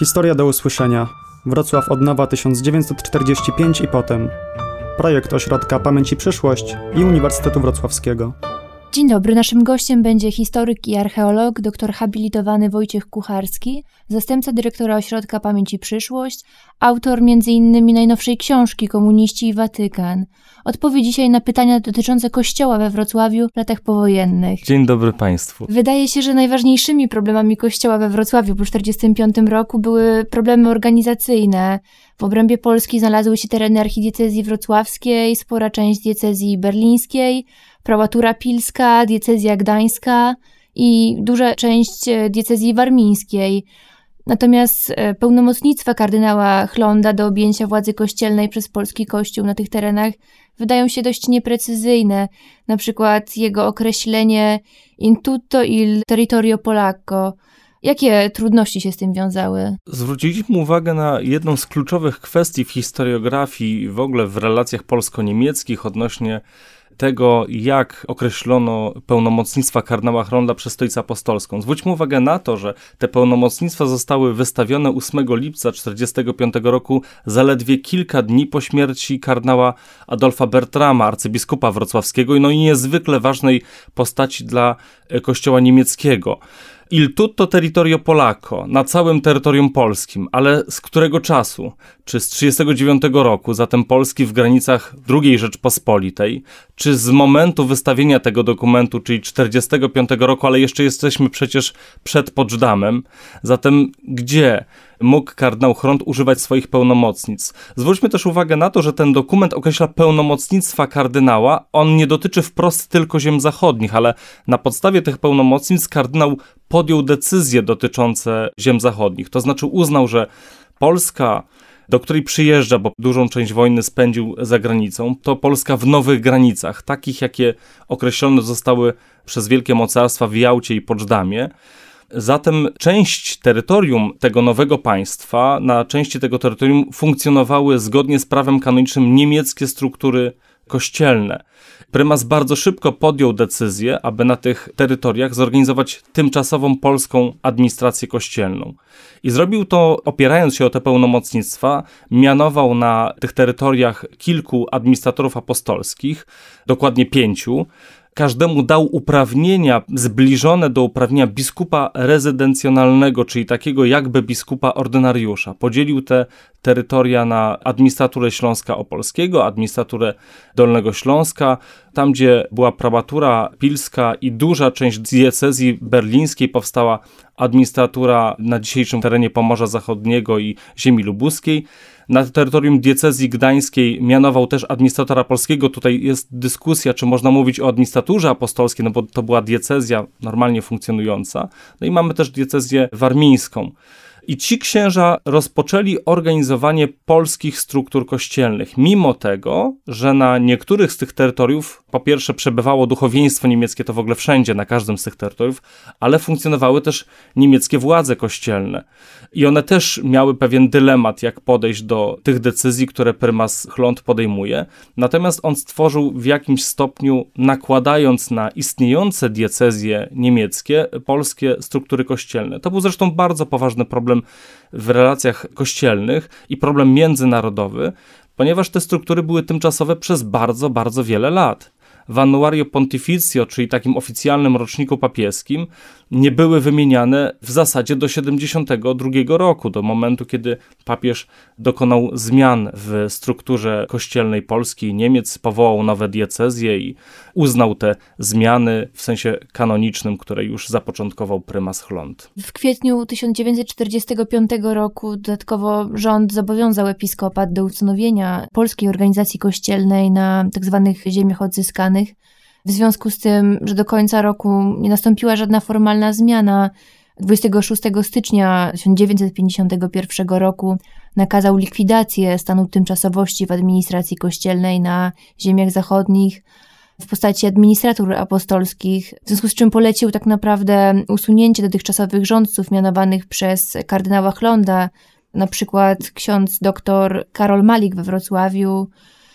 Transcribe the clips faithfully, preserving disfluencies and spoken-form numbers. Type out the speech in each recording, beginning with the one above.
Historia do usłyszenia. Wrocław od nowa tysiąc dziewięćset czterdzieści pięć i potem. Projekt Ośrodka Pamięć i Przyszłość i Uniwersytetu Wrocławskiego. Dzień dobry, naszym gościem będzie historyk i archeolog, doktor habilitowany Wojciech Kucharski, zastępca dyrektora Ośrodka Pamięć i Przyszłość, autor między innymi najnowszej książki Komuniści i Watykan. Odpowie dzisiaj na pytania dotyczące Kościoła we Wrocławiu w latach powojennych. Dzień dobry Państwu. Wydaje się, że najważniejszymi problemami Kościoła we Wrocławiu po tysiąc dziewięćset czterdziestym piątym roku były problemy organizacyjne. W obrębie Polski znalazły się tereny archidiecezji wrocławskiej, spora część diecezji berlińskiej, prałatura pilska, diecezja gdańska i duża część diecezji warmińskiej. Natomiast pełnomocnictwa kardynała Chlonda do objęcia władzy kościelnej przez polski kościół na tych terenach wydają się dość nieprecyzyjne. Na przykład jego określenie in tutto il territorio polacco. Jakie trudności się z tym wiązały? Zwróciliśmy uwagę na jedną z kluczowych kwestii w historiografii i w ogóle w relacjach polsko-niemieckich odnośnie tego, jak określono pełnomocnictwa kardynała Chlonda przez Stolicę Apostolską. Zwróćmy uwagę na to, że te pełnomocnictwa zostały wystawione ósmego lipca tysiąc dziewięćset czterdziestego piątego roku, zaledwie kilka dni po śmierci kardynała Adolfa Bertrama, arcybiskupa wrocławskiego, no i niezwykle ważnej postaci dla kościoła niemieckiego. Il tutto territorio polacco, na całym terytorium polskim, ale z którego czasu? Czy z trzydziestego dziewiątego roku, zatem Polski w granicach drugiej Rzeczpospolitej, czy z momentu wystawienia tego dokumentu, czyli czterdziestego piątego roku, ale jeszcze jesteśmy przecież przed Poczdamem, zatem gdzie mógł kardynał Chlond używać swoich pełnomocnictw? Zwróćmy też uwagę na to, że ten dokument określa pełnomocnictwa kardynała, on nie dotyczy wprost tylko ziem zachodnich, ale na podstawie tych pełnomocnictw kardynał podjął decyzje dotyczące ziem zachodnich, to znaczy uznał, że Polska, do której przyjeżdża, bo dużą część wojny spędził za granicą, to Polska w nowych granicach, takich jakie określone zostały przez wielkie mocarstwa w Jałcie i Poczdamie. Zatem część terytorium tego nowego państwa, na części tego terytorium funkcjonowały zgodnie z prawem kanonicznym niemieckie struktury kościelne. Prymas bardzo szybko podjął decyzję, aby na tych terytoriach zorganizować tymczasową polską administrację kościelną. I zrobił to opierając się o te pełnomocnictwa, mianował na tych terytoriach kilku administratorów apostolskich, dokładnie pięciu. Każdemu dał uprawnienia zbliżone do uprawnienia biskupa rezydencjonalnego, czyli takiego jakby biskupa ordynariusza. Podzielił te terytoria na administraturę Śląska Opolskiego, administraturę Dolnego Śląska. Tam, gdzie była prałatura pilska i duża część diecezji berlińskiej, powstała administratura na dzisiejszym terenie Pomorza Zachodniego i ziemi lubuskiej. Na terytorium diecezji gdańskiej mianował też administratora polskiego. Tutaj jest dyskusja, czy można mówić o administraturze apostolskiej, no bo to była diecezja normalnie funkcjonująca. No i mamy też diecezję warmińską. I ci księża rozpoczęli organizowanie polskich struktur kościelnych, mimo tego, że na niektórych z tych terytoriów po pierwsze przebywało duchowieństwo niemieckie, to w ogóle wszędzie, na każdym z tych terytoriów, ale funkcjonowały też niemieckie władze kościelne. I one też miały pewien dylemat, jak podejść do tych decyzji, które prymas Chlond podejmuje. Natomiast on stworzył w jakimś stopniu, nakładając na istniejące diecezje niemieckie, polskie struktury kościelne. To był zresztą bardzo poważny problem w relacjach kościelnych i problem międzynarodowy, ponieważ te struktury były tymczasowe przez bardzo, bardzo wiele lat. W Annuario Pontificio, czyli takim oficjalnym roczniku papieskim, nie były wymieniane w zasadzie do siedemdziesiątego drugiego roku, do momentu, kiedy papież dokonał zmian w strukturze kościelnej Polski i Niemiec, powołał nowe diecezje i uznał te zmiany w sensie kanonicznym, które już zapoczątkował prymas Chlond. W kwietniu tysiąc dziewięćset czterdziestego piątego roku dodatkowo rząd zobowiązał episkopat do ustanowienia polskiej organizacji kościelnej na tzw. ziemiach odzyskanych. W związku z tym, że do końca roku nie nastąpiła żadna formalna zmiana, dwudziestego szóstego stycznia tysiąc dziewięćset pięćdziesiątego pierwszego roku nakazał likwidację stanu tymczasowości w administracji kościelnej na ziemiach zachodnich w postaci administratur apostolskich, w związku z czym polecił tak naprawdę usunięcie dotychczasowych rządców mianowanych przez kardynała Chlonda, na przykład ksiądz doktor Karol Malik we Wrocławiu,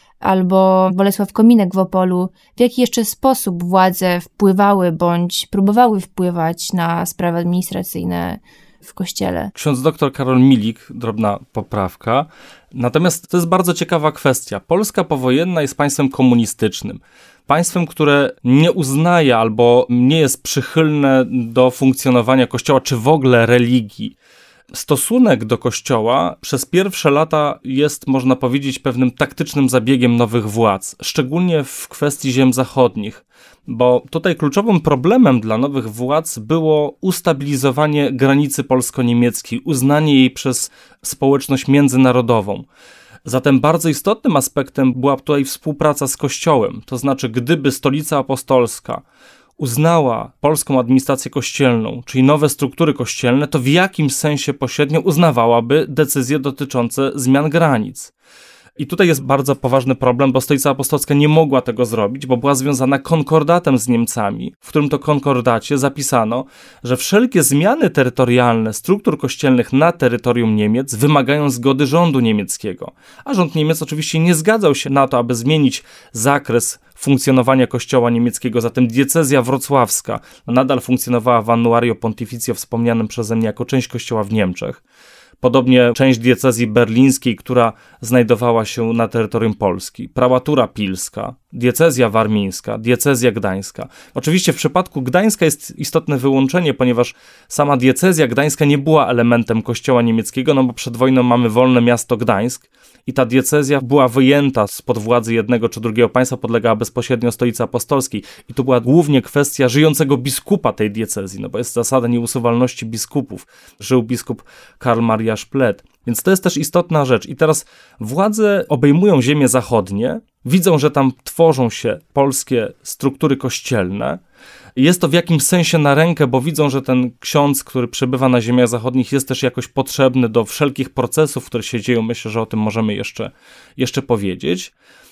albo Bolesław Kominek w Opolu, w jaki jeszcze sposób władze wpływały bądź próbowały wpływać na sprawy administracyjne w kościele. Ksiądz doktor Karol Milik, drobna poprawka. Natomiast to jest bardzo ciekawa kwestia. Polska powojenna jest państwem komunistycznym. Państwem, które nie uznaje albo nie jest przychylne do funkcjonowania Kościoła, czy w ogóle religii. Stosunek do Kościoła przez pierwsze lata jest, można powiedzieć, pewnym taktycznym zabiegiem nowych władz, szczególnie w kwestii ziem zachodnich, bo tutaj kluczowym problemem dla nowych władz było ustabilizowanie granicy polsko-niemieckiej, uznanie jej przez społeczność międzynarodową. Zatem bardzo istotnym aspektem była tutaj współpraca z Kościołem, to znaczy gdyby Stolica Apostolska uznała polską administrację kościelną, czyli nowe struktury kościelne, to w jakimś sensie pośrednio uznawałaby decyzje dotyczące zmian granic. I tutaj jest bardzo poważny problem, bo Stolica Apostolska nie mogła tego zrobić, bo była związana konkordatem z Niemcami, w którym to konkordacie zapisano, że wszelkie zmiany terytorialne struktur kościelnych na terytorium Niemiec wymagają zgody rządu niemieckiego. A rząd Niemiec oczywiście nie zgadzał się na to, aby zmienić zakres funkcjonowania kościoła niemieckiego, zatem diecezja wrocławska nadal funkcjonowała w Annuario Pontificio wspomnianym przeze mnie jako część kościoła w Niemczech. Podobnie część diecezji berlińskiej, która znajdowała się na terytorium Polski, prałatura pilska, diecezja warmińska, diecezja gdańska. Oczywiście w przypadku Gdańska jest istotne wyłączenie, ponieważ sama diecezja gdańska nie była elementem kościoła niemieckiego, no bo przed wojną mamy wolne miasto Gdańsk i ta diecezja była wyjęta spod władzy jednego czy drugiego państwa, podlegała bezpośrednio Stolicy Apostolskiej i to była głównie kwestia żyjącego biskupa tej diecezji, no bo jest zasada nieusuwalności biskupów. Żył biskup Karl Maria Szplet. Więc to jest też istotna rzecz. I teraz władze obejmują ziemie zachodnie, widzą, że tam tworzą się polskie struktury kościelne. Jest to w jakimś sensie na rękę, bo widzą, że ten ksiądz, który przebywa na ziemiach zachodnich, jest też jakoś potrzebny do wszelkich procesów, które się dzieją. Myślę, że o tym możemy jeszcze, jeszcze powiedzieć.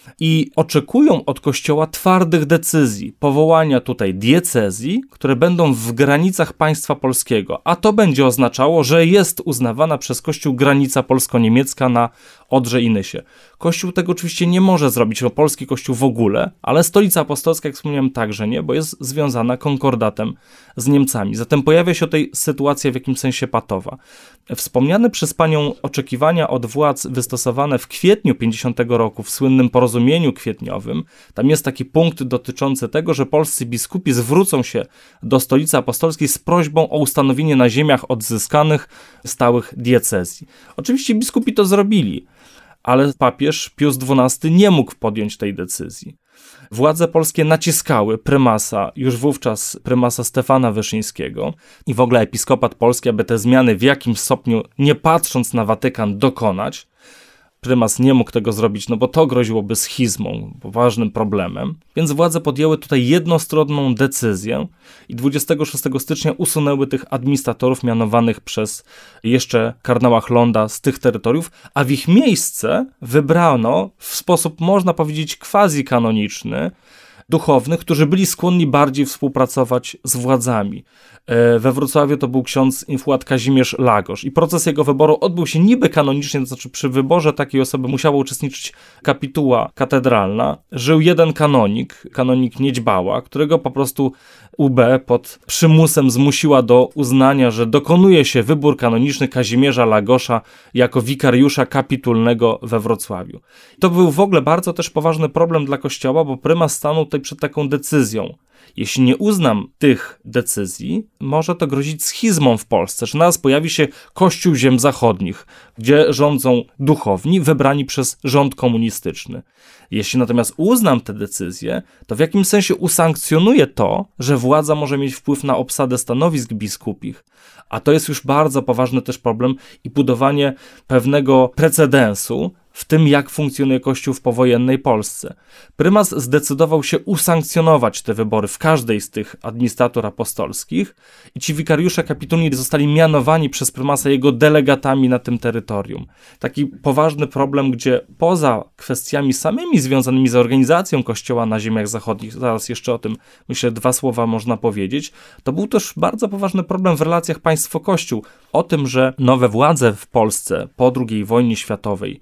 I oczekują od Kościoła twardych decyzji, powołania tutaj diecezji, które będą w granicach państwa polskiego, a to będzie oznaczało, że jest uznawana przez Kościół granica polsko-niemiecka na Odrze i Nysie. Kościół tego oczywiście nie może zrobić, bo polski Kościół w ogóle, ale Stolica Apostolska, jak wspomniałem, także nie, bo jest związana konkordatem z Niemcami. Zatem pojawia się tutaj sytuacja w jakimś sensie patowa. Wspomniane przez panią oczekiwania od władz wystosowane w kwietniu pięćdziesiątego roku w słynnym porozumieniu kwietniowym, tam jest taki punkt dotyczący tego, że polscy biskupi zwrócą się do Stolicy Apostolskiej z prośbą o ustanowienie na ziemiach odzyskanych stałych diecezji. Oczywiście biskupi to zrobili, ale papież Pius dwunasty nie mógł podjąć tej decyzji. Władze polskie naciskały prymasa, już wówczas prymasa Stefana Wyszyńskiego i w ogóle episkopat polski, aby te zmiany w jakimś stopniu, nie patrząc na Watykan, dokonać. Prymas nie mógł tego zrobić, no bo to groziłoby schizmą, poważnym problemem. Więc władze podjęły tutaj jednostronną decyzję i dwudziestego szóstego stycznia usunęły tych administratorów mianowanych przez jeszcze kardynała Chlonda z tych terytoriów, a w ich miejsce wybrano w sposób, można powiedzieć, quasi-kanoniczny duchownych, którzy byli skłonni bardziej współpracować z władzami. We Wrocławiu to był ksiądz infuat Kazimierz Lagosz i proces jego wyboru odbył się niby kanonicznie, to znaczy przy wyborze takiej osoby musiała uczestniczyć kapituła katedralna. Żył jeden kanonik, kanonik Niedźbała, którego po prostu U B pod przymusem zmusiła do uznania, że dokonuje się wybór kanoniczny Kazimierza Lagosza jako wikariusza kapitulnego we Wrocławiu. To był w ogóle bardzo też poważny problem dla Kościoła, bo prymas stanął tutaj przed taką decyzją. Jeśli nie uznam tych decyzji, może to grozić schizmą w Polsce, że naraz pojawi się Kościół ziem zachodnich, gdzie rządzą duchowni wybrani przez rząd komunistyczny. Jeśli natomiast uznam te decyzje, to w jakimś sensie usankcjonuję to, że władza może mieć wpływ na obsadę stanowisk biskupich, a to jest już bardzo poważny też problem i budowanie pewnego precedensu w tym, jak funkcjonuje Kościół w powojennej Polsce. Prymas zdecydował się usankcjonować te wybory w każdej z tych administratur apostolskich i ci wikariusze kapitulni zostali mianowani przez prymasa jego delegatami na tym terytorium. Taki poważny problem, gdzie poza kwestiami samymi związanymi z organizacją Kościoła na ziemiach zachodnich, zaraz jeszcze o tym, myślę, dwa słowa można powiedzieć, to był też bardzo poważny problem w relacjach państwo-Kościół. O tym, że nowe władze w Polsce po drugiej wojnie światowej, w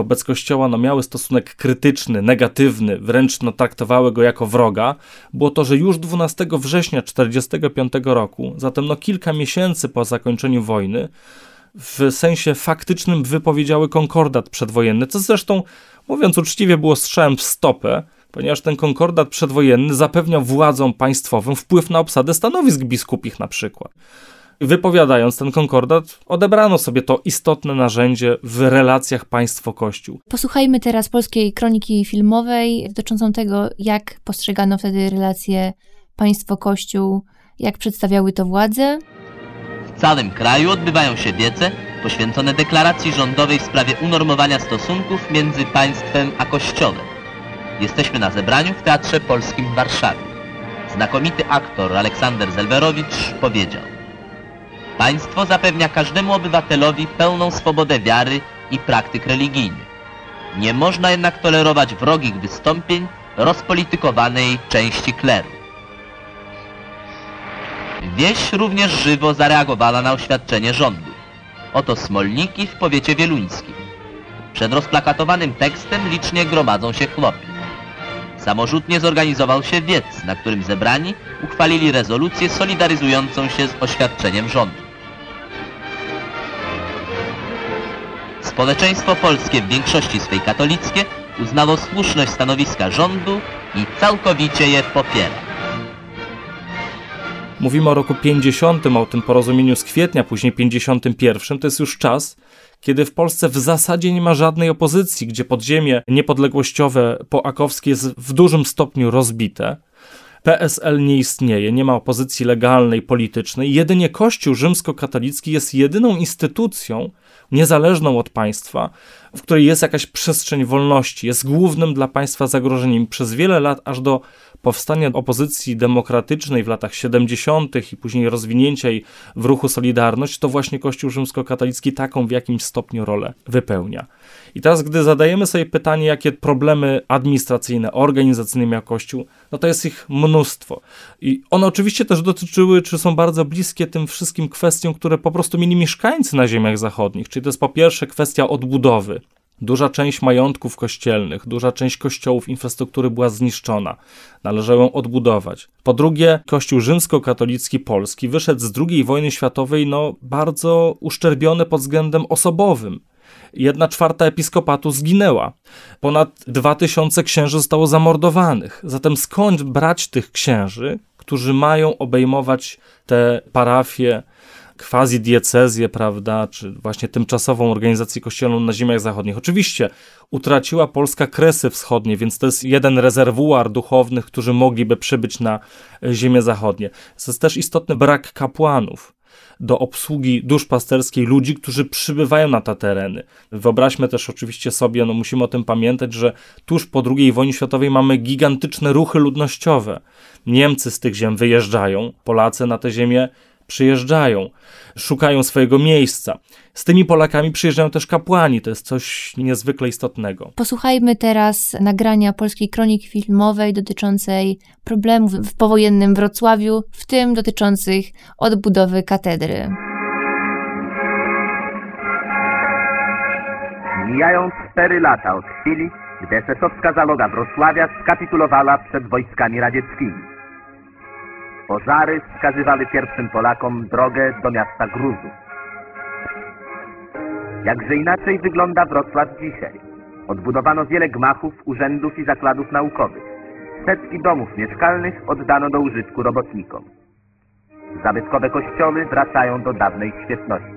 wobec Kościoła no, miały stosunek krytyczny, negatywny, wręcz no, traktowały go jako wroga, było to, że już dwunastego września tysiąc dziewięćset czterdziestego piątego roku, zatem no, kilka miesięcy po zakończeniu wojny, w sensie faktycznym wypowiedziały konkordat przedwojenny, co zresztą, mówiąc uczciwie, było strzałem w stopę, ponieważ ten konkordat przedwojenny zapewniał władzom państwowym wpływ na obsadę stanowisk biskupich na przykład. Wypowiadając ten konkordat, odebrano sobie to istotne narzędzie w relacjach państwo-kościół. Posłuchajmy teraz polskiej kroniki filmowej dotyczącą tego, jak postrzegano wtedy relacje państwo-kościół, jak przedstawiały to władze. W całym kraju odbywają się wiece poświęcone deklaracji rządowej w sprawie unormowania stosunków między państwem a Kościołem. Jesteśmy na zebraniu w Teatrze Polskim w Warszawie. Znakomity aktor Aleksander Zelwerowicz powiedział: państwo zapewnia każdemu obywatelowi pełną swobodę wiary i praktyk religijnych. Nie można jednak tolerować wrogich wystąpień rozpolitykowanej części kleru. Wieś również żywo zareagowała na oświadczenie rządu. Oto Smolniki w powiecie wieluńskim. Przed rozplakatowanym tekstem licznie gromadzą się chłopy. Samorzutnie zorganizował się wiec, na którym zebrani uchwalili rezolucję solidaryzującą się z oświadczeniem rządu. Społeczeństwo polskie w większości swej katolickie uznało słuszność stanowiska rządu i całkowicie je popiera. Mówimy o roku pięćdziesiątym, o tym porozumieniu z kwietnia, później pięćdziesiątym pierwszym. To jest już czas, kiedy w Polsce w zasadzie nie ma żadnej opozycji, gdzie podziemie niepodległościowe poakowskie jest w dużym stopniu rozbite. P S L nie istnieje, nie ma opozycji legalnej, politycznej. Jedynie Kościół rzymskokatolicki jest jedyną instytucją niezależną od państwa, w której jest jakaś przestrzeń wolności, jest głównym dla państwa zagrożeniem. Przez wiele lat, aż do powstania opozycji demokratycznej w latach siedemdziesiątych i później rozwinięcia jej w ruchu Solidarność, to właśnie Kościół rzymskokatolicki taką w jakimś stopniu rolę wypełnia. I teraz, gdy zadajemy sobie pytanie, jakie problemy administracyjne, organizacyjne miał Kościół, no to jest ich mnóstwo. I one oczywiście też dotyczyły, czy są bardzo bliskie tym wszystkim kwestiom, które po prostu mieli mieszkańcy na ziemiach zachodnich. Czyli to jest po pierwsze kwestia odbudowy. Duża część majątków kościelnych, duża część kościołów, infrastruktury była zniszczona. Należało ją odbudować. Po drugie, Kościół rzymskokatolicki polski wyszedł z drugiej wojny światowej no, bardzo uszczerbiony pod względem osobowym. Jedna czwarta episkopatu zginęła. Ponad dwa tysiące księży zostało zamordowanych. Zatem skąd brać tych księży, którzy mają obejmować te parafie, quasi-diecezję, prawda, czy właśnie tymczasową organizację kościelną na ziemiach zachodnich. Oczywiście utraciła Polska Kresy Wschodnie, więc to jest jeden rezerwuar duchownych, którzy mogliby przybyć na ziemię zachodnie. To jest też istotny brak kapłanów do obsługi duszpasterskiej ludzi, którzy przybywają na te tereny. Wyobraźmy też oczywiście sobie, no musimy o tym pamiętać, że tuż po drugiej wojnie światowej mamy gigantyczne ruchy ludnościowe. Niemcy z tych ziem wyjeżdżają, Polacy na te ziemię przyjeżdżają, szukają swojego miejsca. Z tymi Polakami przyjeżdżają też kapłani, to jest coś niezwykle istotnego. Posłuchajmy teraz nagrania polskiej kroniki filmowej dotyczącej problemów w powojennym Wrocławiu, w tym dotyczących odbudowy katedry. Mijają cztery lata od chwili, gdy esesowska załoga Wrocławia skapitulowała przed wojskami radzieckimi. Pożary wskazywały pierwszym Polakom drogę do miasta gruzów. Jakże inaczej wygląda Wrocław dzisiaj. Odbudowano wiele gmachów, urzędów i zakładów naukowych. Setki domów mieszkalnych oddano do użytku robotnikom. Zabytkowe kościoły wracają do dawnej świetności.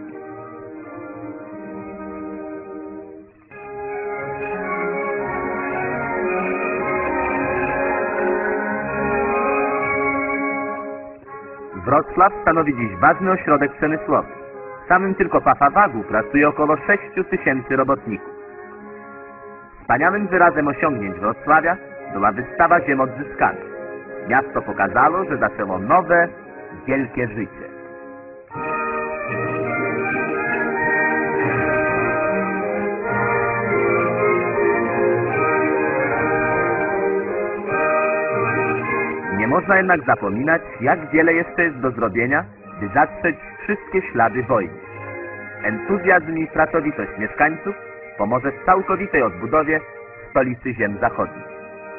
Wrocław stanowi dziś ważny ośrodek przemysłowy. W samym tylko Pafawagu pracuje około sześć tysięcy robotników. Wspaniałym wyrazem osiągnięć Wrocławia była wystawa ziem odzyskanych. Miasto pokazało, że zaczęło nowe, wielkie życie. Nie można jednak zapominać, jak wiele jeszcze jest do zrobienia, by zatrzeć wszystkie ślady wojny. Entuzjazm i pracowitość mieszkańców pomoże w całkowitej odbudowie stolicy ziem zachodnich.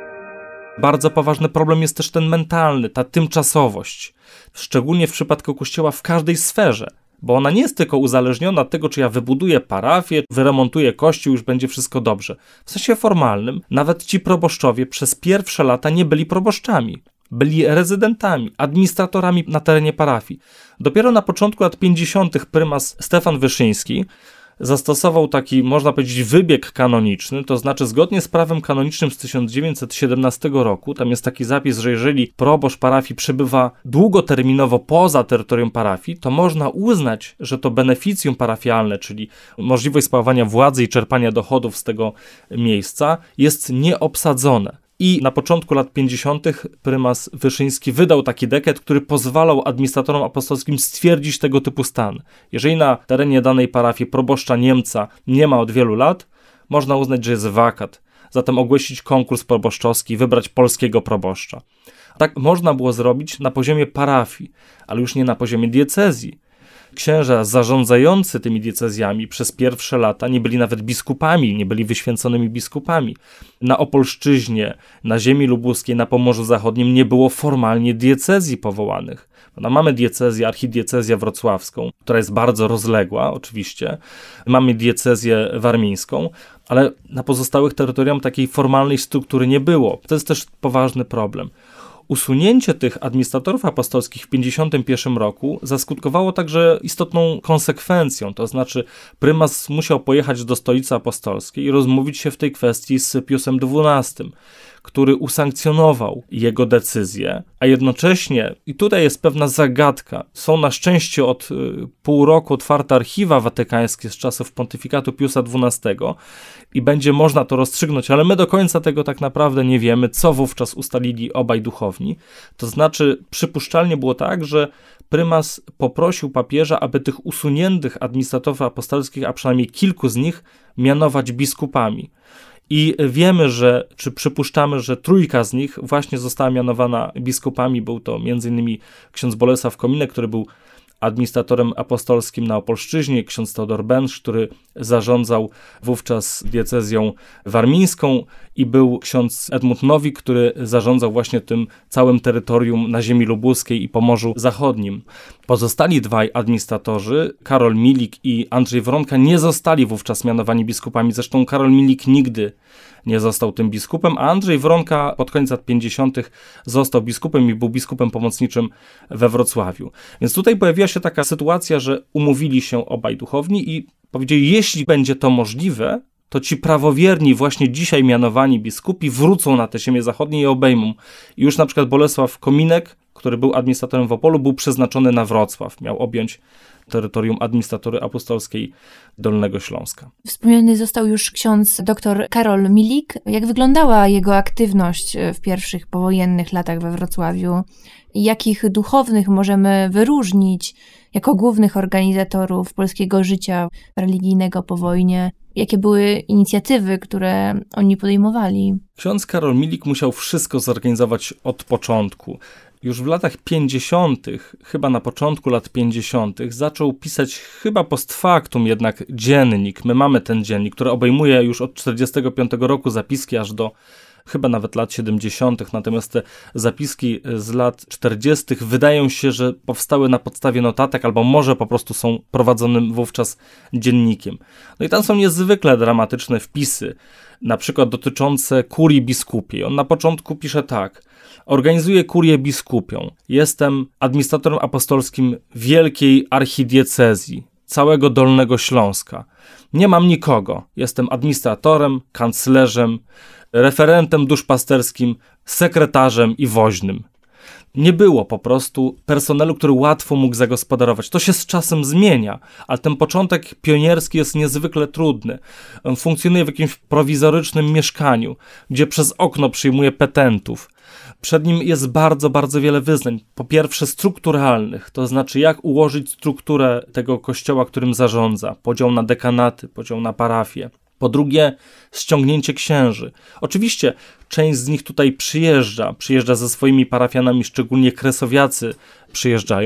Bardzo poważny problem jest też ten mentalny, ta tymczasowość. Szczególnie w przypadku Kościoła w każdej sferze. Bo ona nie jest tylko uzależniona od tego, czy ja wybuduję parafię, wyremontuję kościół, już będzie wszystko dobrze. W sensie formalnym, nawet ci proboszczowie przez pierwsze lata nie byli proboszczami. Byli rezydentami, administratorami na terenie parafii. Dopiero na początku lat pięćdziesiątych prymas Stefan Wyszyński zastosował taki, można powiedzieć, wybieg kanoniczny, to znaczy zgodnie z prawem kanonicznym z tysiąc dziewięćset siedemnastego roku, tam jest taki zapis, że jeżeli proboszcz parafii przebywa długoterminowo poza terytorium parafii, to można uznać, że to beneficjum parafialne, czyli możliwość sprawowania władzy i czerpania dochodów z tego miejsca, jest nieobsadzone. I na początku lat pięćdziesiątych prymas Wyszyński wydał taki dekret, który pozwalał administratorom apostolskim stwierdzić tego typu stan. Jeżeli na terenie danej parafii proboszcza Niemca nie ma od wielu lat, można uznać, że jest wakat. Zatem ogłosić konkurs proboszczowski, wybrać polskiego proboszcza. Tak można było zrobić na poziomie parafii, ale już nie na poziomie diecezji. Księża zarządzający tymi diecezjami przez pierwsze lata nie byli nawet biskupami, nie byli wyświęconymi biskupami. Na Opolszczyźnie, na ziemi lubuskiej, na Pomorzu Zachodnim nie było formalnie diecezji powołanych. No, mamy diecezję, archidiecezję wrocławską, która jest bardzo rozległa oczywiście. Mamy diecezję warmińską, ale na pozostałych terytoriach takiej formalnej struktury nie było. To jest też poważny problem. Usunięcie tych administratorów apostolskich w pięćdziesiątym pierwszym roku zaskutkowało także istotną konsekwencją, to znaczy prymas musiał pojechać do stolicy apostolskiej i rozmówić się w tej kwestii z Piusem dwunastym, który usankcjonował jego decyzję, a jednocześnie, i tutaj jest pewna zagadka, są na szczęście od y, pół roku otwarte archiwa watykańskie z czasów pontyfikatu Piusa dwunastego i będzie można to rozstrzygnąć, ale my do końca tego tak naprawdę nie wiemy, co wówczas ustalili obaj duchowni. To znaczy, przypuszczalnie było tak, że prymas poprosił papieża, aby tych usuniętych administratorów apostolskich, a przynajmniej kilku z nich, mianować biskupami. I wiemy, że, czy przypuszczamy, że trójka z nich właśnie została mianowana biskupami. Był to między innymi ksiądz Bolesław Kominek, który był administratorem apostolskim na Opolszczyźnie, ksiądz Teodor Bensz, który zarządzał wówczas diecezją warmińską, i był ksiądz Edmund Nowik, który zarządzał właśnie tym całym terytorium na ziemi lubuskiej i Pomorzu Zachodnim. Pozostali dwaj administratorzy, Karol Milik i Andrzej Wronka, nie zostali wówczas mianowani biskupami. Zresztą Karol Milik nigdy nie został tym biskupem, a Andrzej Wronka pod koniec lat pięćdziesiątych został biskupem i był biskupem pomocniczym we Wrocławiu. Więc tutaj pojawiła się taka sytuacja, że umówili się obaj duchowni i powiedzieli, jeśli będzie to możliwe, to ci prawowierni, właśnie dzisiaj mianowani biskupi wrócą na te ziemię zachodnie i obejmą. I już na przykład Bolesław Kominek, który był administratorem w Opolu, był przeznaczony na Wrocław. Miał objąć terytorium administratury apostolskiej Dolnego Śląska. Wspomniany został już ksiądz dr Karol Milik. Jak wyglądała jego aktywność w pierwszych powojennych latach we Wrocławiu? Jakich duchownych możemy wyróżnić jako głównych organizatorów polskiego życia religijnego po wojnie? Jakie były inicjatywy, które oni podejmowali? Ksiądz Karol Milik musiał wszystko zorganizować od początku. Już w latach pięćdziesiątych, chyba na początku lat pięćdziesiątych, zaczął pisać chyba post factum jednak dziennik. My mamy ten dziennik, który obejmuje już od czterdziestego piątego roku zapiski aż do chyba nawet lat siedemdziesiątych, natomiast te zapiski z lat czterdziestych wydają się, że powstały na podstawie notatek, albo może po prostu są prowadzonym wówczas dziennikiem. No i tam są niezwykle dramatyczne wpisy, na przykład dotyczące kurii biskupiej. On na początku pisze tak: organizuję kurię biskupią, jestem administratorem apostolskim wielkiej archidiecezji, całego Dolnego Śląska. Nie mam nikogo, jestem administratorem, kanclerzem, referentem duszpasterskim, sekretarzem i woźnym. Nie było po prostu personelu, który łatwo mógł zagospodarować. To się z czasem zmienia, ale ten początek pionierski jest niezwykle trudny. On funkcjonuje w jakimś prowizorycznym mieszkaniu, gdzie przez okno przyjmuje petentów. Przed nim jest bardzo, bardzo wiele wyznań. Po pierwsze strukturalnych, to znaczy jak ułożyć strukturę tego kościoła, którym zarządza. Podział na dekanaty, podział na parafie. Po drugie, ściągnięcie księży. Oczywiście część z nich tutaj przyjeżdża, przyjeżdża ze swoimi parafianami, szczególnie kresowiacy przyjeżdżają,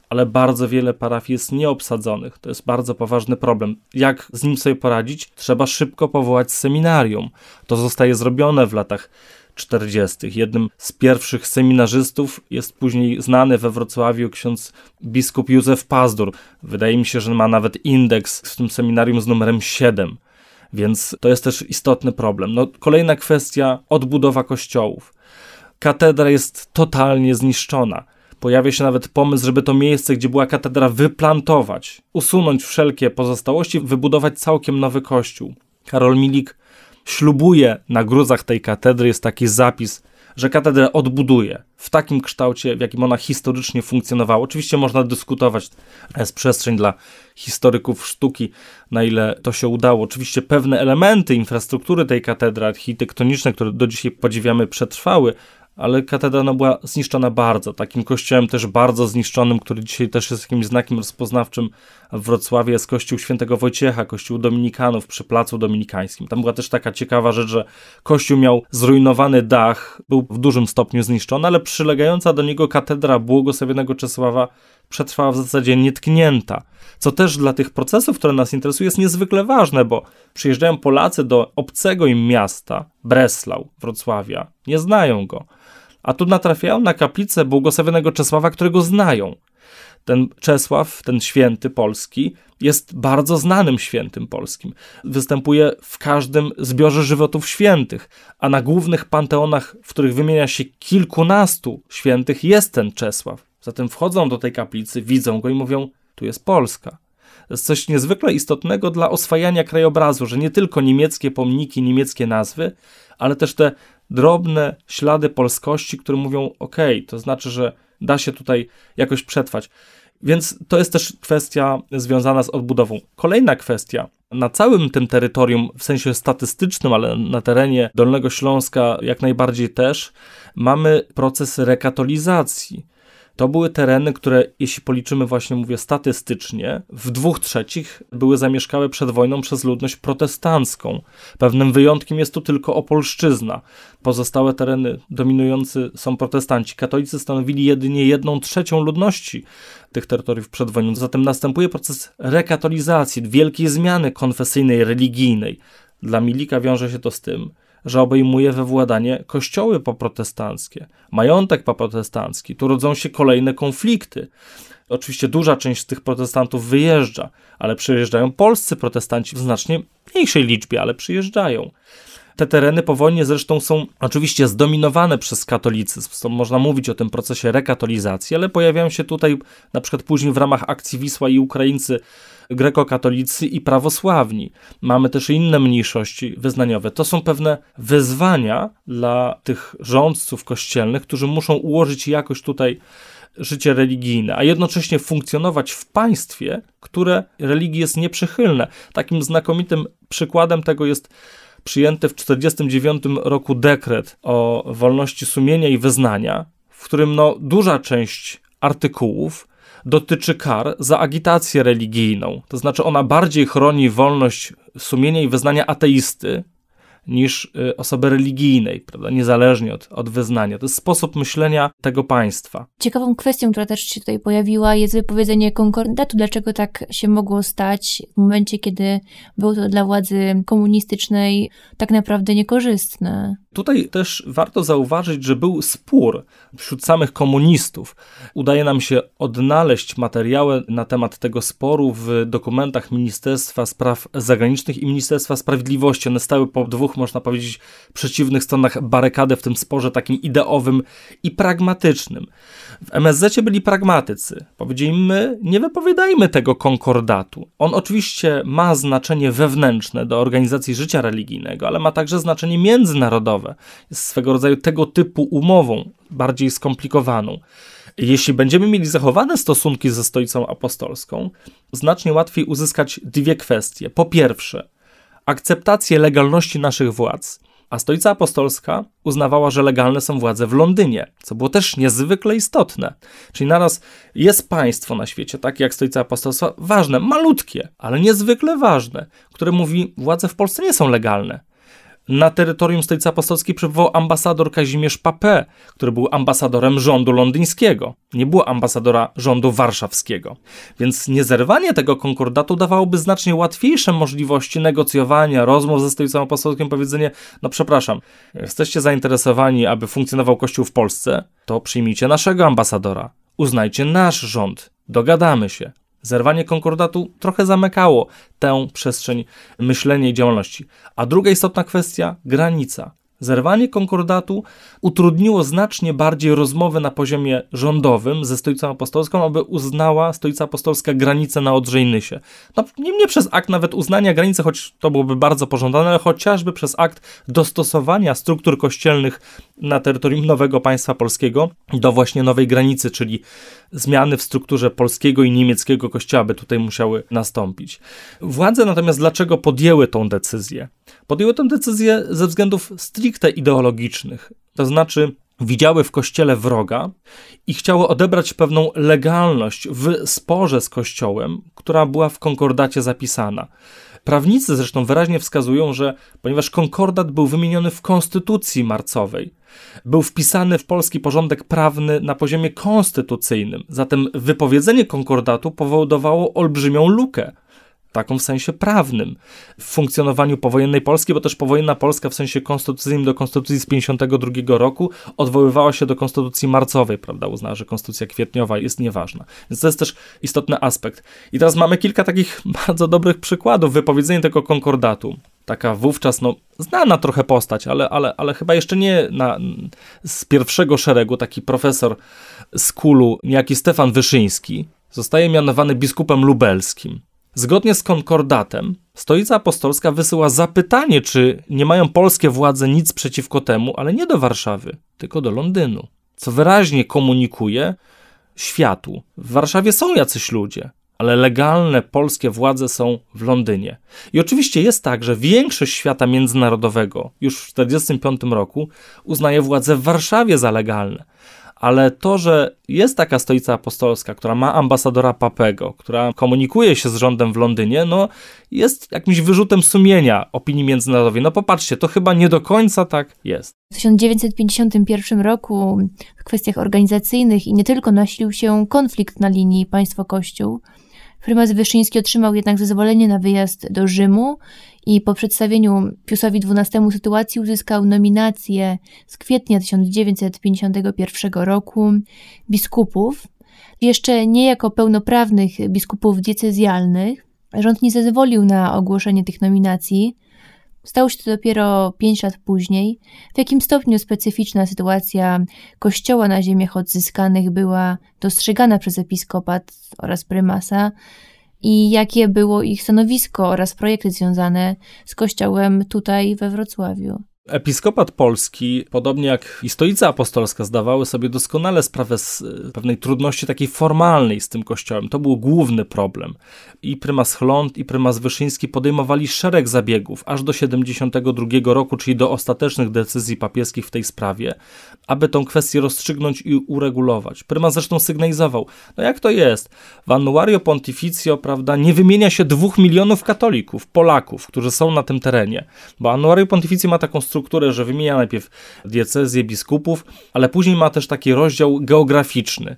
ale bardzo wiele parafii jest nieobsadzonych. To jest bardzo poważny problem. Jak z nim sobie poradzić? Trzeba szybko powołać seminarium. To zostaje zrobione w latach czterdziestych. Jednym z pierwszych seminarzystów jest później znany we Wrocławiu ksiądz biskup Józef Pazdur. Wydaje mi się, że ma nawet indeks w tym seminarium z numerem siedem. Więc to jest też istotny problem. No, kolejna kwestia, odbudowa kościołów. Katedra jest totalnie zniszczona. Pojawia się nawet pomysł, żeby to miejsce, gdzie była katedra, wyplantować, usunąć wszelkie pozostałości, wybudować całkiem nowy kościół. Karol Milik ślubuje na gruzach tej katedry, jest taki zapis, że katedrę odbuduje w takim kształcie, w jakim ona historycznie funkcjonowała. Oczywiście można dyskutować, jest przestrzeń dla historyków sztuki, na ile to się udało. Oczywiście pewne elementy infrastruktury tej katedry architektonicznej, które do dzisiaj podziwiamy, przetrwały, ale katedra no, była zniszczona bardzo. Takim kościołem też bardzo zniszczonym, który dzisiaj też jest jakimś znakiem rozpoznawczym w Wrocławiu, jest kościół świętego Wojciecha, kościół dominikanów przy Placu Dominikańskim. Tam była też taka ciekawa rzecz, że kościół miał zrujnowany dach, był w dużym stopniu zniszczony, ale przylegająca do niego katedra błogosławionego Czesława przetrwała w zasadzie nietknięta. Co też dla tych procesów, które nas interesują, jest niezwykle ważne, bo przyjeżdżają Polacy do obcego im miasta, Breslau, Wrocławia, nie znają go. A tu natrafiają na kaplicę błogosławionego Czesława, którego znają. Ten Czesław, ten święty polski, jest bardzo znanym świętym polskim. Występuje w każdym zbiorze żywotów świętych, a na głównych panteonach, w których wymienia się kilkunastu świętych, jest ten Czesław. Zatem wchodzą do tej kaplicy, widzą go i mówią, tu jest Polska. To jest coś niezwykle istotnego dla oswajania krajobrazu, że nie tylko niemieckie pomniki, niemieckie nazwy, ale też te drobne ślady polskości, które mówią, okej, to znaczy, że da się tutaj jakoś przetrwać. Więc to jest też kwestia związana z odbudową. Kolejna kwestia. Na całym tym terytorium, w sensie statystycznym, ale na terenie Dolnego Śląska jak najbardziej też, mamy proces rekatolizacji. To były tereny, które, jeśli policzymy właśnie, mówię, statystycznie, w dwóch trzecich były zamieszkałe przed wojną przez ludność protestancką. Pewnym wyjątkiem jest tu tylko Opolszczyzna. Pozostałe tereny dominujący są protestanci. Katolicy stanowili jedynie jedną trzecią ludności tych terytoriów przed wojną. Zatem następuje proces rekatolizacji, wielkiej zmiany konfesyjnej, religijnej. Dla Milika wiąże się to z tym, że obejmuje we władanie kościoły poprotestanckie, majątek poprotestancki. Tu rodzą się kolejne konflikty. Oczywiście duża część z tych protestantów wyjeżdża, ale przyjeżdżają polscy protestanci w znacznie mniejszej liczbie, ale przyjeżdżają. Te tereny po wojnie zresztą są oczywiście zdominowane przez katolicyzm. Można mówić o tym procesie rekatolizacji, ale pojawiają się tutaj na przykład później w ramach akcji Wisła i Ukraińcy grekokatolicy i prawosławni. Mamy też inne mniejszości wyznaniowe. To są pewne wyzwania dla tych rządców kościelnych, którzy muszą ułożyć jakoś tutaj życie religijne, a jednocześnie funkcjonować w państwie, które religii jest nieprzychylne. Takim znakomitym przykładem tego jest przyjęty w tysiąc dziewięćset czterdziestym dziewiątym roku dekret o wolności sumienia i wyznania, w którym no, duża część artykułów dotyczy kar za agitację religijną. To znaczy ona bardziej chroni wolność sumienia i wyznania ateisty niż y, osoby religijnej, prawda? Niezależnie od, od wyznania. To jest sposób myślenia tego państwa. Ciekawą kwestią, która też się tutaj pojawiła, jest wypowiedzenie konkordatu. Dlaczego tak się mogło stać w momencie, kiedy było to dla władzy komunistycznej tak naprawdę niekorzystne? Tutaj też warto zauważyć, że był spór wśród samych komunistów. Udaje nam się odnaleźć materiały na temat tego sporu w dokumentach Ministerstwa Spraw Zagranicznych i Ministerstwa Sprawiedliwości. One stały po dwóch, można powiedzieć, przeciwnych stronach barykady w tym sporze takim ideowym i pragmatycznym. W M S Z byli pragmatycy. Powiedzieli, my nie wypowiadajmy tego konkordatu. On oczywiście ma znaczenie wewnętrzne do organizacji życia religijnego, ale ma także znaczenie międzynarodowe. Jest swego rodzaju tego typu umową, bardziej skomplikowaną. Jeśli będziemy mieli zachowane stosunki ze Stolicą Apostolską, znacznie łatwiej uzyskać dwie kwestie. Po pierwsze, akceptację legalności naszych władz, a Stolica Apostolska uznawała, że legalne są władze w Londynie, co było też niezwykle istotne. Czyli naraz jest państwo na świecie, takie jak Stolica Apostolska, ważne, malutkie, ale niezwykle ważne, które mówi, władze w Polsce nie są legalne. na terytorium Stolicy Apostolskiej przebywał ambasador Kazimierz Papé, który był ambasadorem rządu londyńskiego. Nie było ambasadora rządu warszawskiego. Więc niezerwanie tego konkordatu dawałoby znacznie łatwiejsze możliwości negocjowania, rozmów ze Stolicą Apostolską, powiedzenie, no przepraszam, jesteście zainteresowani, aby funkcjonował Kościół w Polsce, to przyjmijcie naszego ambasadora, uznajcie nasz rząd, dogadamy się. Zerwanie konkordatu trochę zamykało tę przestrzeń myślenia i działalności. A druga istotna kwestia, granica. Zerwanie konkordatu utrudniło znacznie bardziej rozmowę na poziomie rządowym ze Stolicą Apostolską, aby uznała Stolica Apostolska granicę na Odrzejnysie. No, nie, nie przez akt nawet uznania granicy, choć to byłoby bardzo pożądane, ale chociażby przez akt dostosowania struktur kościelnych na terytorium nowego państwa polskiego do właśnie nowej granicy, czyli zmiany w strukturze polskiego i niemieckiego kościoła by tutaj musiały nastąpić. Władze natomiast dlaczego podjęły tą decyzję? Podjęły tę decyzję ze względów stricte ideologicznych, to znaczy widziały w Kościele wroga i chciały odebrać pewną legalność w sporze z Kościołem, która była w konkordacie zapisana. Prawnicy zresztą wyraźnie wskazują, że ponieważ konkordat był wymieniony w konstytucji marcowej, był wpisany w polski porządek prawny na poziomie konstytucyjnym, zatem wypowiedzenie konkordatu powodowało olbrzymią lukę, taką w sensie prawnym, w funkcjonowaniu powojennej Polski, bo też powojenna Polska w sensie konstytucyjnym do konstytucji z pięćdziesiątego drugiego roku odwoływała się do konstytucji marcowej, prawda, uznała, że konstytucja kwietniowa jest nieważna. Więc to jest też istotny aspekt. I teraz mamy kilka takich bardzo dobrych przykładów wypowiedzenia tego konkordatu. Taka wówczas, no, znana trochę postać, ale, ale, ale chyba jeszcze nie na, z pierwszego szeregu, taki profesor z Kulu, niejaki Stefan Wyszyński, zostaje mianowany biskupem lubelskim. Zgodnie z konkordatem Stolica Apostolska wysyła zapytanie, czy nie mają polskie władze nic przeciwko temu, ale nie do Warszawy, tylko do Londynu, co wyraźnie komunikuje światu. W Warszawie są jacyś ludzie, ale legalne polskie władze są w Londynie. I oczywiście jest tak, że większość świata międzynarodowego już w tysiąc dziewięćset czterdziestym piątym roku uznaje władze w Warszawie za legalne. Ale to, że jest taka Stolica Apostolska, która ma ambasadora Papego, która komunikuje się z rządem w Londynie, no jest jakimś wyrzutem sumienia opinii międzynarodowej. No popatrzcie, to chyba nie do końca tak jest. W tysiąc dziewięćset pięćdziesiątym pierwszym roku w kwestiach organizacyjnych i nie tylko nasilił się konflikt na linii państwo-kościół. Prymas Wyszyński otrzymał jednak zezwolenie na wyjazd do Rzymu i po przedstawieniu Piusowi dwunastemu sytuacji uzyskał nominację z kwietnia tysiąc dziewięćset pięćdziesiątego pierwszego roku biskupów, jeszcze nie jako pełnoprawnych biskupów diecezjalnych. Rząd nie zezwolił na ogłoszenie tych nominacji. Stało się to dopiero pięć lat później. W jakim stopniu specyficzna sytuacja Kościoła na ziemiach odzyskanych była dostrzegana przez episkopat oraz prymasa i jakie było ich stanowisko oraz projekty związane z Kościołem tutaj we Wrocławiu. Episkopat polski, podobnie jak i Stolica Apostolska, zdawały sobie doskonale sprawę z pewnej trudności takiej formalnej z tym kościołem. To był główny problem. I prymas Chląd, i prymas Wyszyński podejmowali szereg zabiegów, aż do siedemdziesiątego drugiego roku, czyli do ostatecznych decyzji papieskich w tej sprawie, aby tą kwestię rozstrzygnąć i uregulować. Prymas zresztą sygnalizował, no jak to jest? W Annuario Pontificio, prawda, nie wymienia się dwóch milionów katolików, Polaków, którzy są na tym terenie, bo Annuario Pontificio ma taką strukturę, że wymienia najpierw diecezję, biskupów, ale później ma też taki rozdział geograficzny.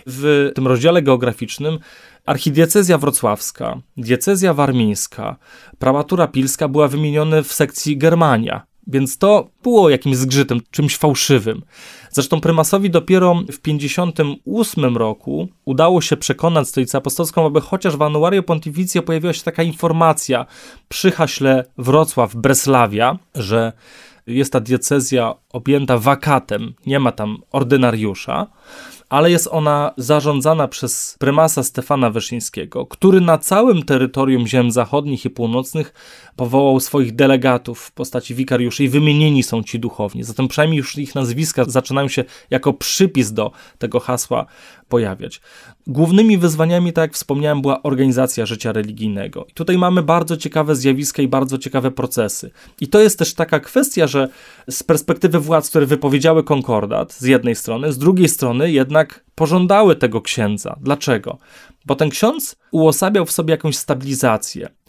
W tym rozdziale geograficznym archidiecezja wrocławska, diecezja warmińska, prałatura pilska była wymienione w sekcji Germania, więc to było jakimś zgrzytem, czymś fałszywym. Zresztą prymasowi dopiero w pięćdziesiątym ósmym roku udało się przekonać Stolicę Apostolską, aby chociaż w Annuario Pontificio pojawiła się taka informacja przy haśle Wrocław-Bresławia, że jest ta diecezja objęta wakatem, nie ma tam ordynariusza, ale jest ona zarządzana przez prymasa Stefana Wyszyńskiego, który na całym terytorium ziem zachodnich i północnych powołał swoich delegatów w postaci wikariuszy i wymienieni są ci duchowni. Zatem przynajmniej już ich nazwiska zaczynają się jako przypis do tego hasła pojawiać. Głównymi wyzwaniami, tak jak wspomniałem, była organizacja życia religijnego. I tutaj mamy bardzo ciekawe zjawiska i bardzo ciekawe procesy. I to jest też taka kwestia, że z perspektywy władz, które wypowiedziały konkordat z jednej strony, z drugiej strony jednak pożądały tego księdza. Dlaczego? Bo ten ksiądz uosabiał w sobie jakąś stabilizację.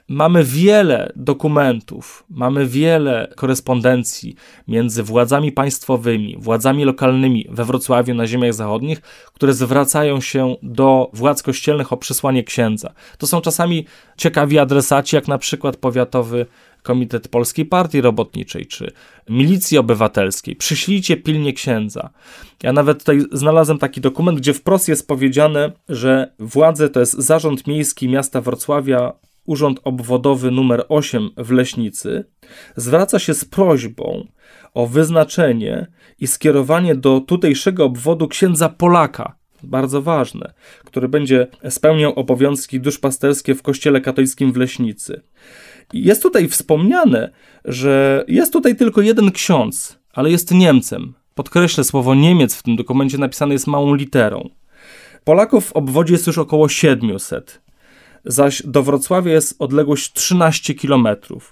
mamy wiele dokumentów, mamy wiele korespondencji między władzami państwowymi, władzami lokalnymi we Wrocławiu na ziemiach zachodnich, które zwracają się do władz kościelnych o przysłanie księdza. To są czasami ciekawi adresaci, jak na przykład powiatowy Komitet Polskiej Partii Robotniczej czy Milicji Obywatelskiej. Przyślijcie pilnie księdza. Ja nawet tutaj znalazłem taki dokument, gdzie wprost jest powiedziane, że władze to jest Zarząd Miejski Miasta Wrocławia, Urząd Obwodowy numer osiem w Leśnicy, zwraca się z prośbą o wyznaczenie i skierowanie do tutejszego obwodu księdza Polaka, bardzo ważne, który będzie spełniał obowiązki duszpasterskie w Kościele Katolickim w Leśnicy. Jest tutaj wspomniane, że jest tutaj tylko jeden ksiądz, ale jest Niemcem. Podkreślę, słowo Niemiec w tym dokumencie napisane jest małą literą. Polaków w obwodzie jest już około siedmiuset, zaś do Wrocławia jest odległość trzynaście kilometrów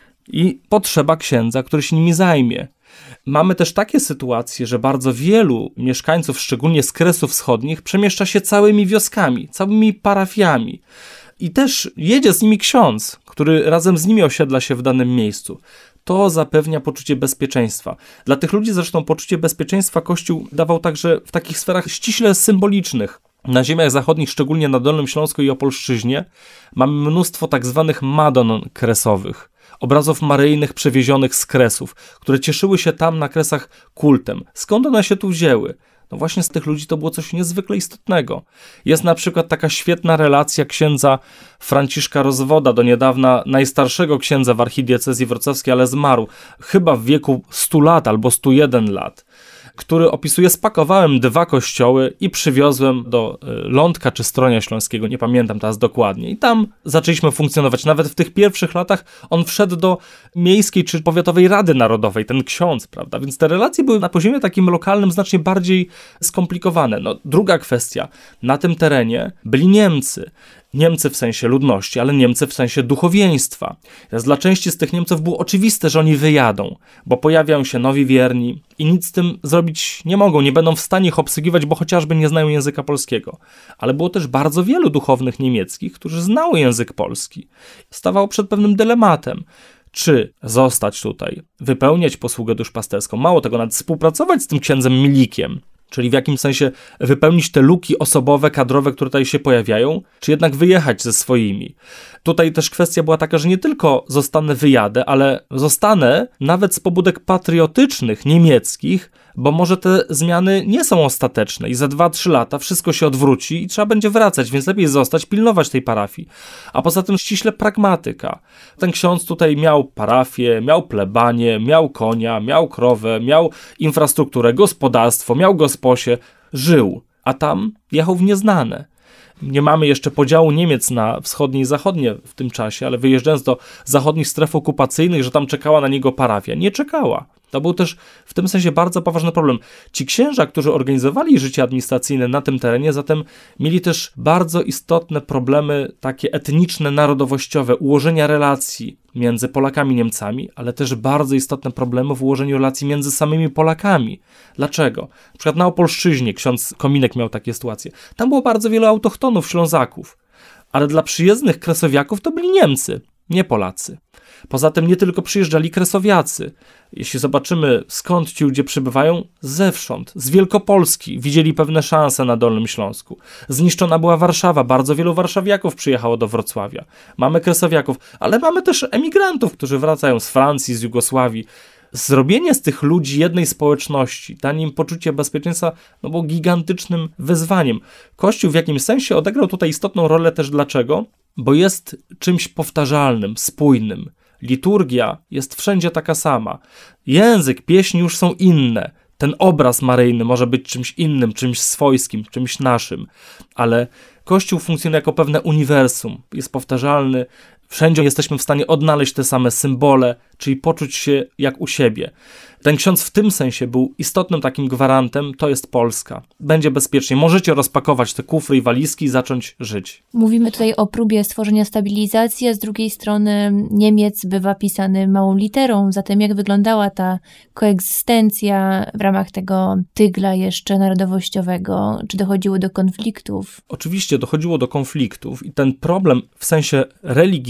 i potrzeba księdza, który się nimi zajmie. Mamy też takie sytuacje, że bardzo wielu mieszkańców, szczególnie z Kresów Wschodnich, przemieszcza się całymi wioskami, całymi parafiami. I też jedzie z nimi ksiądz, który razem z nimi osiedla się w danym miejscu. To zapewnia poczucie bezpieczeństwa. Dla tych ludzi zresztą poczucie bezpieczeństwa Kościół dawał także w takich sferach ściśle symbolicznych. Na ziemiach zachodnich, szczególnie na Dolnym Śląsku i Opolszczyźnie, mamy mnóstwo tak zwanych Madon kresowych, obrazów maryjnych przewiezionych z Kresów, które cieszyły się tam na Kresach kultem. Skąd one się tu wzięły? No właśnie z tych ludzi to było coś niezwykle istotnego. Jest na przykład taka świetna relacja księdza Franciszka Rozwoda, do niedawna najstarszego księdza w archidiecezji wrocławskiej, ale zmarł chyba w wieku stu lat albo stu jeden lat, który opisuje: spakowałem dwa kościoły i przywiozłem do Lądka czy Stronia Śląskiego, nie pamiętam teraz dokładnie. I tam zaczęliśmy funkcjonować. Nawet w tych pierwszych latach on wszedł do miejskiej czy powiatowej Rady Narodowej, ten ksiądz, prawda? Więc te relacje były na poziomie takim lokalnym znacznie bardziej skomplikowane. No, druga kwestia. Na tym terenie byli Niemcy. Niemcy w sensie ludności, ale Niemcy w sensie duchowieństwa. Teraz dla części z tych Niemców było oczywiste, że oni wyjadą, bo pojawiają się nowi wierni i nic z tym zrobić nie mogą, nie będą w stanie ich obsługiwać, bo chociażby nie znają języka polskiego. Ale było też bardzo wielu duchownych niemieckich, którzy znały język polski. Stawało przed pewnym dylematem. Czy zostać tutaj, wypełniać posługę duszpasterską, mało tego, nawet współpracować z tym księdzem Milikiem, czyli w jakimś sensie wypełnić te luki osobowe, kadrowe, które tutaj się pojawiają, czy jednak wyjechać ze swoimi. Tutaj też kwestia była taka, że nie tylko zostanę, wyjadę, ale zostanę nawet z pobudek patriotycznych, niemieckich, bo może te zmiany nie są ostateczne i za dwa trzy lata wszystko się odwróci i trzeba będzie wracać, więc lepiej zostać, pilnować tej parafii. A poza tym ściśle pragmatyka. Ten ksiądz tutaj miał parafię, miał plebanię, miał konia, miał krowę, miał infrastrukturę, gospodarstwo, miał gosposie, żył, a tam jechał w nieznane. Nie mamy jeszcze podziału Niemiec na wschodnie i zachodnie w tym czasie, ale wyjeżdżając do zachodnich stref okupacyjnych, że tam czekała na niego parafia. Nie czekała. To był też w tym sensie bardzo poważny problem. Ci księża, którzy organizowali życie administracyjne na tym terenie, zatem mieli też bardzo istotne problemy takie etniczne, narodowościowe, ułożenia relacji między Polakami i Niemcami, ale też bardzo istotne problemy w ułożeniu relacji między samymi Polakami. Dlaczego? Na przykład na Opolszczyźnie ksiądz Kominek miał takie sytuacje. Tam było bardzo wielu autochtonów, Ślązaków, ale dla przyjezdnych kresowiaków to byli Niemcy, nie Polacy. Poza tym nie tylko przyjeżdżali kresowiacy. Jeśli zobaczymy, skąd ci ludzie przybywają, zewsząd, z Wielkopolski, widzieli pewne szanse na Dolnym Śląsku. Zniszczona była Warszawa, bardzo wielu warszawiaków przyjechało do Wrocławia. Mamy kresowiaków, ale mamy też emigrantów, którzy wracają z Francji, z Jugosławii. Zrobienie z tych ludzi jednej społeczności, danie im poczucie bezpieczeństwa, no było gigantycznym wyzwaniem. Kościół w jakimś sensie odegrał tutaj istotną rolę też dlaczego? Bo jest czymś powtarzalnym, spójnym. Liturgia jest wszędzie taka sama. Język, pieśni już są inne. Ten obraz maryjny może być czymś innym, czymś swojskim, czymś naszym. Ale Kościół funkcjonuje jako pewne uniwersum. Jest powtarzalny. Wszędzie jesteśmy w stanie odnaleźć te same symbole, czyli poczuć się jak u siebie. Ten ksiądz w tym sensie był istotnym takim gwarantem, to jest Polska. Będzie bezpiecznie. Możecie rozpakować te kufry i walizki i zacząć żyć. Mówimy tutaj o próbie stworzenia stabilizacji, a z drugiej strony Niemiec bywa pisany małą literą. Zatem jak wyglądała ta koegzystencja w ramach tego tygla jeszcze narodowościowego? Czy dochodziło do konfliktów? Oczywiście dochodziło do konfliktów i ten problem w sensie religijnym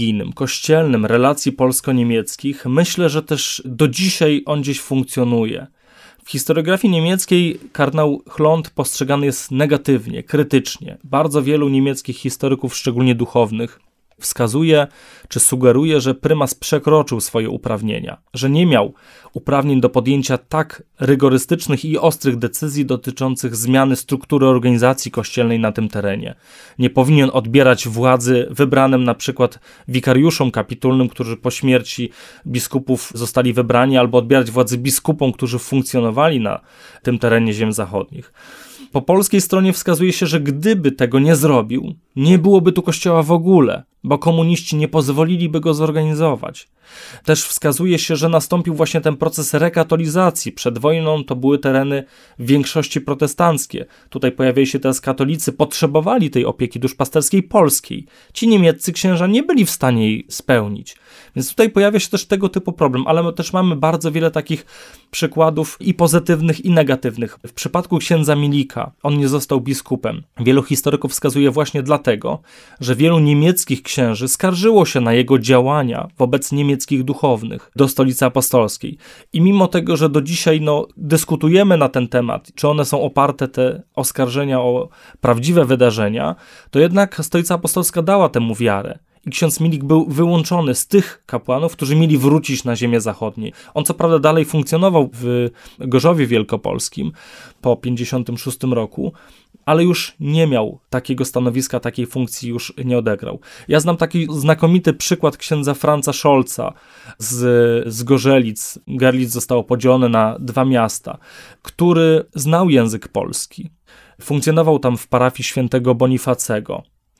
religijnym, kościelnym relacji polsko-niemieckich, myślę, że też do dzisiaj on gdzieś funkcjonuje. W historiografii niemieckiej kardynał Chlond postrzegany jest negatywnie, krytycznie. Bardzo wielu niemieckich historyków, szczególnie duchownych, wskazuje czy sugeruje, że prymas przekroczył swoje uprawnienia, że nie miał uprawnień do podjęcia tak rygorystycznych i ostrych decyzji dotyczących zmiany struktury organizacji kościelnej na tym terenie. Nie powinien odbierać władzy wybranym na przykład wikariuszom kapitulnym, którzy po śmierci biskupów zostali wybrani, albo odbierać władzy biskupom, którzy funkcjonowali na tym terenie ziem zachodnich. Po polskiej stronie wskazuje się, że gdyby tego nie zrobił, nie byłoby tu kościoła w ogóle, bo komuniści nie pozwoliliby go zorganizować. Też wskazuje się, że nastąpił właśnie ten proces rekatolizacji. Przed wojną to były tereny w większości protestanckie. Tutaj pojawiają się teraz katolicy, potrzebowali tej opieki duszpasterskiej polskiej. Ci niemieccy księża nie byli w stanie jej spełnić. Więc tutaj pojawia się też tego typu problem, ale my też mamy bardzo wiele takich przykładów i pozytywnych, i negatywnych. W przypadku księdza Milika, on nie został biskupem. Wielu historyków wskazuje właśnie dlatego, że wielu niemieckich księży skarżyło się na jego działania wobec niemieckich duchownych do Stolicy Apostolskiej. I mimo tego, że do dzisiaj no, dyskutujemy na ten temat, czy one są oparte, te oskarżenia, o prawdziwe wydarzenia, to jednak Stolica Apostolska dała temu wiarę. I ksiądz Milik był wyłączony z tych kapłanów, którzy mieli wrócić na ziemię zachodnie. On co prawda dalej funkcjonował w Gorzowie Wielkopolskim po pięćdziesiątym szóstym roku, ale już nie miał takiego stanowiska, takiej funkcji już nie odegrał. Ja znam taki znakomity przykład księdza Franza Scholza z, z Gorzelic. Görlitz zostało podzielone na dwa miasta, który znał język polski. Funkcjonował tam w parafii świętego Bonifacego.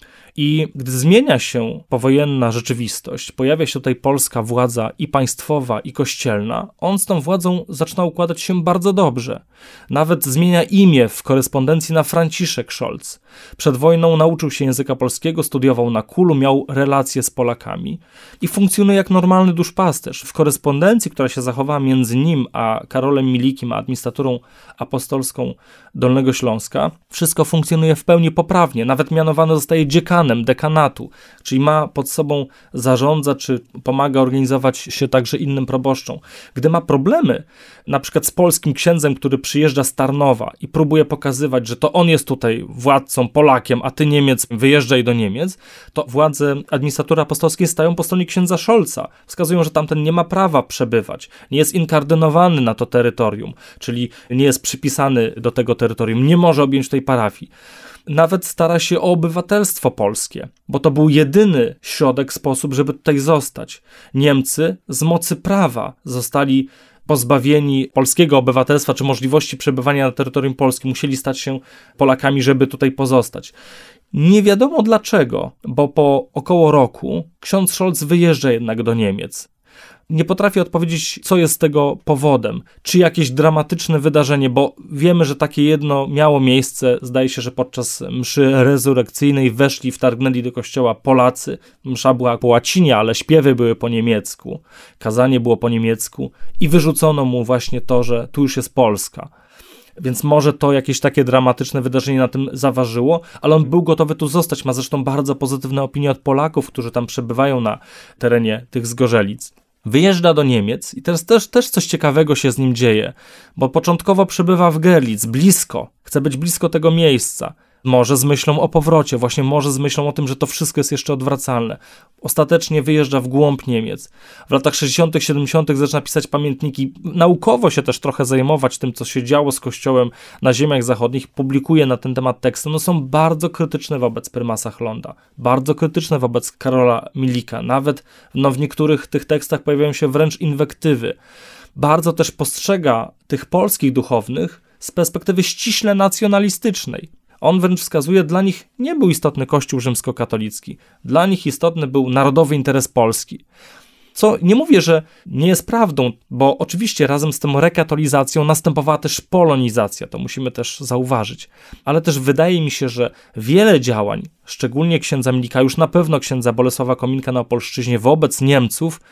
I gdy zmienia się powojenna rzeczywistość, pojawia się tutaj polska władza i państwowa, i kościelna, on z tą władzą zaczyna układać się bardzo dobrze. Nawet zmienia imię w korespondencji na Franciszek Scholz. Przed wojną nauczył się języka polskiego, studiował na Kulu, miał relacje z Polakami i funkcjonuje jak normalny duszpasterz. W korespondencji, która się zachowała między nim a Karolem Milikiem, a administraturą apostolską Dolnego Śląska, wszystko funkcjonuje w pełni poprawnie. Nawet mianowany zostaje dziekanem dekanatu, czyli ma pod sobą zarządza, czy pomaga organizować się także innym proboszczom. Gdy ma problemy, na przykład z polskim księdzem, który przyjeżdża z Tarnowa i próbuje pokazywać, że to on jest tutaj władcą, Polakiem, a ty Niemiec, wyjeżdżaj do Niemiec, to władze administratury apostolskiej stają po stronie księdza Scholza. Wskazują, że tamten nie ma prawa przebywać, nie jest inkardynowany na to terytorium, czyli nie jest przypisany do tego terytorium, nie może objąć tej parafii. Nawet stara się o obywatelstwo polskie, bo to był jedyny środek, sposób, żeby tutaj zostać. Niemcy z mocy prawa zostali pozbawieni polskiego obywatelstwa czy możliwości przebywania na terytorium Polski, musieli stać się Polakami, żeby tutaj pozostać. Nie wiadomo dlaczego, bo po około roku ksiądz Scholz wyjeżdża jednak do Niemiec. Nie potrafię odpowiedzieć, co jest tego powodem, czy jakieś dramatyczne wydarzenie, bo wiemy, że takie jedno miało miejsce. Zdaje się, że podczas mszy rezurekcyjnej weszli, wtargnęli do kościoła Polacy. Msza była po łacinie, ale śpiewy były po niemiecku, kazanie było po niemiecku i wyrzucono mu właśnie to, że tu już jest Polska. Więc może to jakieś takie dramatyczne wydarzenie na tym zaważyło, ale on był gotowy tu zostać. Ma zresztą bardzo pozytywne opinie od Polaków, którzy tam przebywają na terenie tych Zgorzelic. Wyjeżdża do Niemiec i teraz też, też coś ciekawego się z nim dzieje, bo początkowo przebywa w Görlitz, blisko, chce być blisko tego miejsca. Może z myślą o powrocie, właśnie może z myślą o tym, że to wszystko jest jeszcze odwracalne. Ostatecznie wyjeżdża w głąb Niemiec. W latach sześćdziesiątych, siedemdziesiątych zaczyna pisać pamiętniki, naukowo się też trochę zajmować tym, co się działo z Kościołem na ziemiach zachodnich, publikuje na ten temat teksty. No są bardzo krytyczne wobec prymasa Chlonda, bardzo krytyczne wobec Karola Milika. Nawet no, w niektórych tych tekstach pojawiają się wręcz inwektywy. Bardzo też postrzega tych polskich duchownych z perspektywy ściśle nacjonalistycznej. On wręcz wskazuje, dla nich nie był istotny Kościół rzymskokatolicki. Dla nich istotny był narodowy interes Polski. Co nie mówię, że nie jest prawdą, bo oczywiście razem z tą rekatolizacją następowała też polonizacja, to musimy też zauważyć. Ale też wydaje mi się, że wiele działań, szczególnie księdza Milika, już na pewno księdza Bolesława Kominka na Opolszczyźnie wobec Niemców,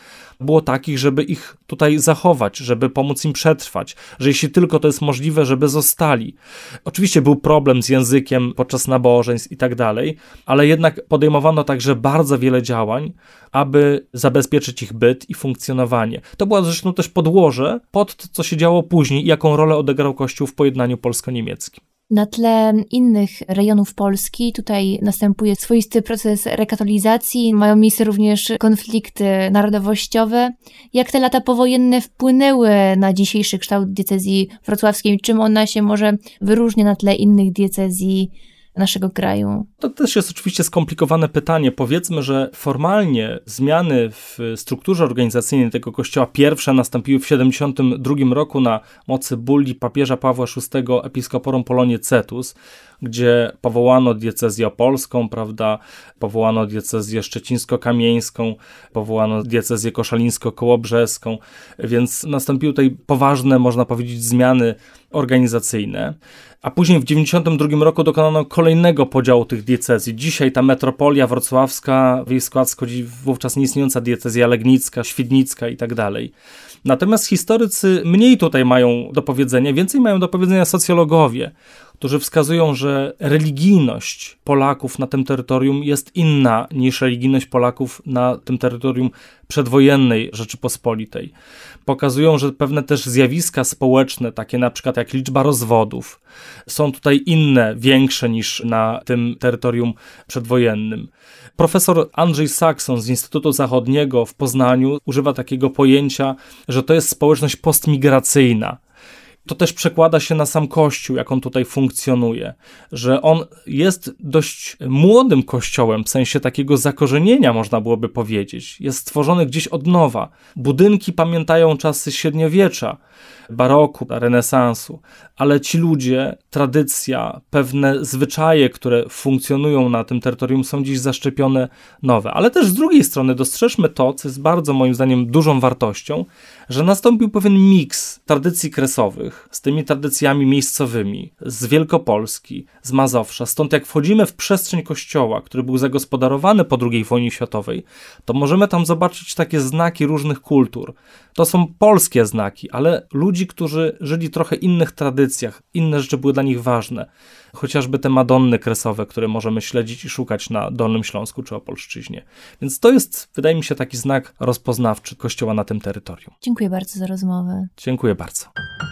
było takich, żeby ich tutaj zachować, żeby pomóc im przetrwać, że jeśli tylko to jest możliwe, żeby zostali. Oczywiście był problem z językiem podczas nabożeństw i tak dalej, ale jednak podejmowano także bardzo wiele działań, aby zabezpieczyć ich byt i funkcjonowanie. To było zresztą też podłoże pod to, co się działo później i jaką rolę odegrał Kościół w pojednaniu polsko-niemieckim. Na tle innych rejonów Polski tutaj następuje swoisty proces rekatolizacji, mają miejsce również konflikty narodowościowe. Jak te lata powojenne wpłynęły na dzisiejszy kształt diecezji wrocławskiej? Czym ona się może wyróżnia na tle innych diecezji naszego kraju? To też jest oczywiście skomplikowane pytanie. Powiedzmy, że formalnie zmiany w strukturze organizacyjnej tego kościoła pierwsze nastąpiły w siedemdziesiątym drugim roku na mocy bulli papieża Pawła szóstego Episcoporum Poloniae Cetus, gdzie powołano diecezję opolską, prawda, powołano diecezję szczecińsko-kamieńską, powołano diecezję koszalińsko-kołobrzeską, więc nastąpiły tutaj poważne, można powiedzieć, zmiany organizacyjne. A później w dziewięćdziesiątym drugim roku dokonano kolejnego podziału tych diecezji. Dzisiaj ta metropolia wrocławska, w jej skład wchodzi wówczas nieistniejąca diecezja legnicka, świdnicka i tak dalej. Natomiast historycy mniej tutaj mają do powiedzenia, więcej mają do powiedzenia socjologowie, którzy wskazują, że religijność Polaków na tym terytorium jest inna niż religijność Polaków na tym terytorium przedwojennej Rzeczypospolitej. Pokazują, że pewne też zjawiska społeczne, takie na przykład jak liczba rozwodów, są tutaj inne, większe niż na tym terytorium przedwojennym. Profesor Andrzej Sakson z Instytutu Zachodniego w Poznaniu używa takiego pojęcia, że to jest społeczność postmigracyjna. To też przekłada się na sam Kościół, jak on tutaj funkcjonuje, że on jest dość młodym kościołem, w sensie takiego zakorzenienia, można byłoby powiedzieć. Jest stworzony gdzieś od nowa. Budynki pamiętają czasy średniowiecza, baroku, renesansu, ale ci ludzie, tradycja, pewne zwyczaje, które funkcjonują na tym terytorium, są dziś zaszczepione nowe. Ale też z drugiej strony dostrzeżmy to, co jest bardzo moim zdaniem dużą wartością, że nastąpił pewien miks tradycji kresowych z tymi tradycjami miejscowymi, z Wielkopolski, z Mazowsza. Stąd jak wchodzimy w przestrzeń kościoła, który był zagospodarowany po drugiej wojnie światowej, to możemy tam zobaczyć takie znaki różnych kultur. To są polskie znaki, ale ludzi, którzy żyli w trochę innych tradycjach, inne rzeczy były dla nich ważne. Chociażby te Madonny kresowe, które możemy śledzić i szukać na Dolnym Śląsku czy Opolszczyźnie. Więc to jest, wydaje mi się, taki znak rozpoznawczy Kościoła na tym terytorium. Dziękuję bardzo za rozmowę. Dziękuję bardzo.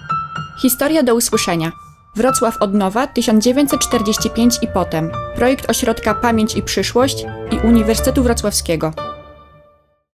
Historia do usłyszenia. Wrocław od nowa tysiąc dziewięćset czterdzieści pięć i potem. Projekt Ośrodka Pamięć i Przyszłość i Uniwersytetu Wrocławskiego.